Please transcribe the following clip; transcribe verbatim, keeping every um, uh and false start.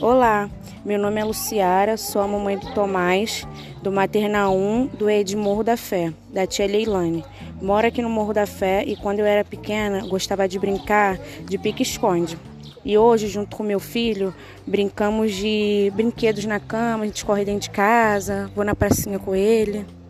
Olá, meu nome é Luciara, sou a mamãe do Tomás, do Maternal um, do E D Morro da Fé, da tia Leilane. Moro aqui no Morro da Fé e quando eu era pequena gostava de brincar de pique-esconde. E hoje, junto com meu filho, brincamos de brinquedos na cama, a gente corre dentro de casa, vou na pracinha com ele.